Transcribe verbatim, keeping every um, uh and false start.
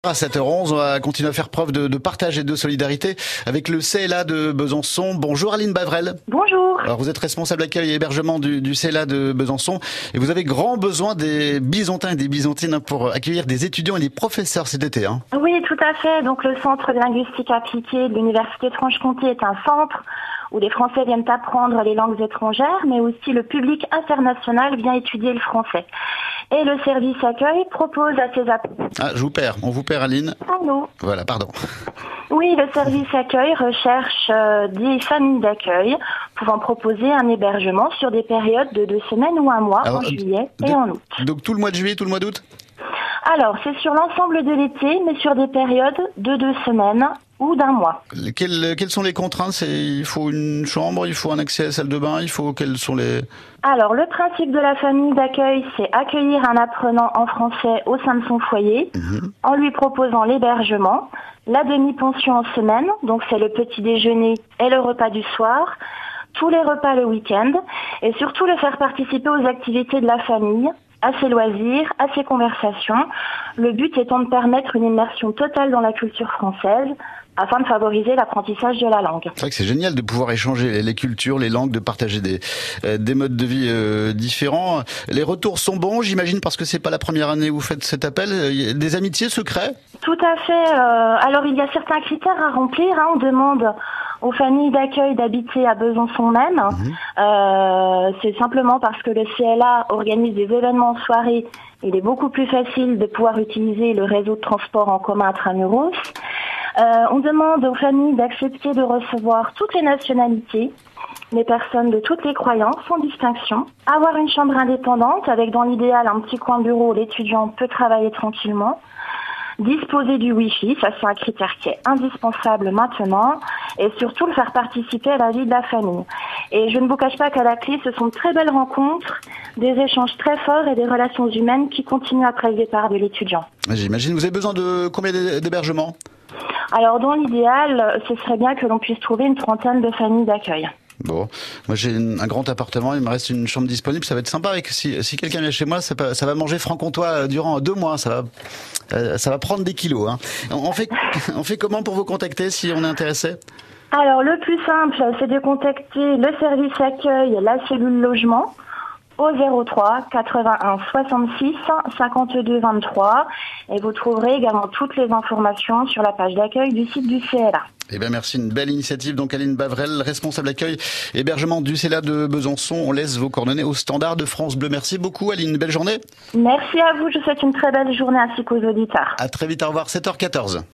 À sept heures onze, on va continuer à faire preuve de, de partage et de solidarité avec le C L A de Besançon. Bonjour Aline Bavrel. Bonjour. Alors vous êtes responsable accueil et hébergement du, du C L A de Besançon et vous avez grand besoin des Bisontins et des Bisontines pour accueillir des étudiants et des professeurs cet été. Hein. Oui, tout à fait. Donc le Centre de linguistique appliquée de l'Université de Franche-Comté est un centre où les Français viennent apprendre les langues étrangères, mais aussi le public international vient étudier le français. Et le service accueil propose à ses apprenants... Ah, je vous perds. On vous perd, Aline. Allô. Voilà, pardon. Oui, le service accueil recherche euh, des familles d'accueil pouvant proposer un hébergement sur des périodes de deux semaines ou un mois, Alors, en juillet de, et en août. Donc tout le mois de juillet, tout le mois d'août ? Alors, c'est sur l'ensemble de l'été, mais sur des périodes de deux semaines ou d'un mois. Quelles, quelles sont les contraintes ? C'est, il faut une chambre, il faut un accès à la salle de bain, il faut quelles sont les... Alors, le principe de la famille d'accueil, c'est accueillir un apprenant en français au sein de son foyer, mmh. en lui proposant l'hébergement, la demi-pension en semaine, donc c'est le petit déjeuner et le repas du soir, tous les repas le week-end, et surtout le faire participer aux activités de la famille, à ses loisirs, à ses conversations, le but étant de permettre une immersion totale dans la culture française, afin de favoriser l'apprentissage de la langue. C'est vrai que c'est génial de pouvoir échanger les cultures, les langues, de partager des, euh, des modes de vie euh, différents. Les retours sont bons, j'imagine, parce que c'est pas la première année où vous faites cet appel. Il y a des amitiés secrets ? Tout à fait. Euh, alors il y a certains critères à remplir. Hein. On demande aux familles d'accueil d'habiter à Besançon même. Mmh. Euh, c'est simplement parce que le C L A organise des événements en soirée. Il est beaucoup plus facile de pouvoir utiliser le réseau de transport en commun intramuros. Euh, on demande aux familles d'accepter de recevoir toutes les nationalités, les personnes de toutes les croyances, sans distinction. Avoir une chambre indépendante avec dans l'idéal un petit coin bureau où l'étudiant peut travailler tranquillement. Disposer du Wi-Fi, ça c'est un critère qui est indispensable maintenant, et surtout le faire participer à la vie de la famille. Et je ne vous cache pas qu'à la clé, ce sont de très belles rencontres, des échanges très forts et des relations humaines qui continuent après le départ de l'étudiant. J'imagine, vous avez besoin de combien d'hébergements ? Alors dans l'idéal, ce serait bien que l'on puisse trouver une trentaine de familles d'accueil. Bon, moi j'ai un grand appartement, il me reste une chambre disponible, ça va être sympa avec si, si quelqu'un vient chez moi, ça, peut, ça va manger franc-comtois durant deux mois, ça va, euh, ça va prendre des kilos. Hein. On fait, on fait comment pour vous contacter si on est intéressé ? Alors le plus simple, c'est de contacter le service accueil, la cellule logement au zéro trois quatre-vingt-un soixante-six cinquante-deux vingt-trois et vous trouverez également toutes les informations sur la page d'accueil du site du C L A. Eh bien merci, une belle initiative. Donc Aline Bavrel, responsable accueil, hébergement du C L A de Besançon. On laisse vos coordonnées au standard de France Bleu. Merci beaucoup Aline, belle journée. Merci à vous, je vous souhaite une très belle journée ainsi qu'aux auditeurs. À très vite, au revoir, sept heures quatorze.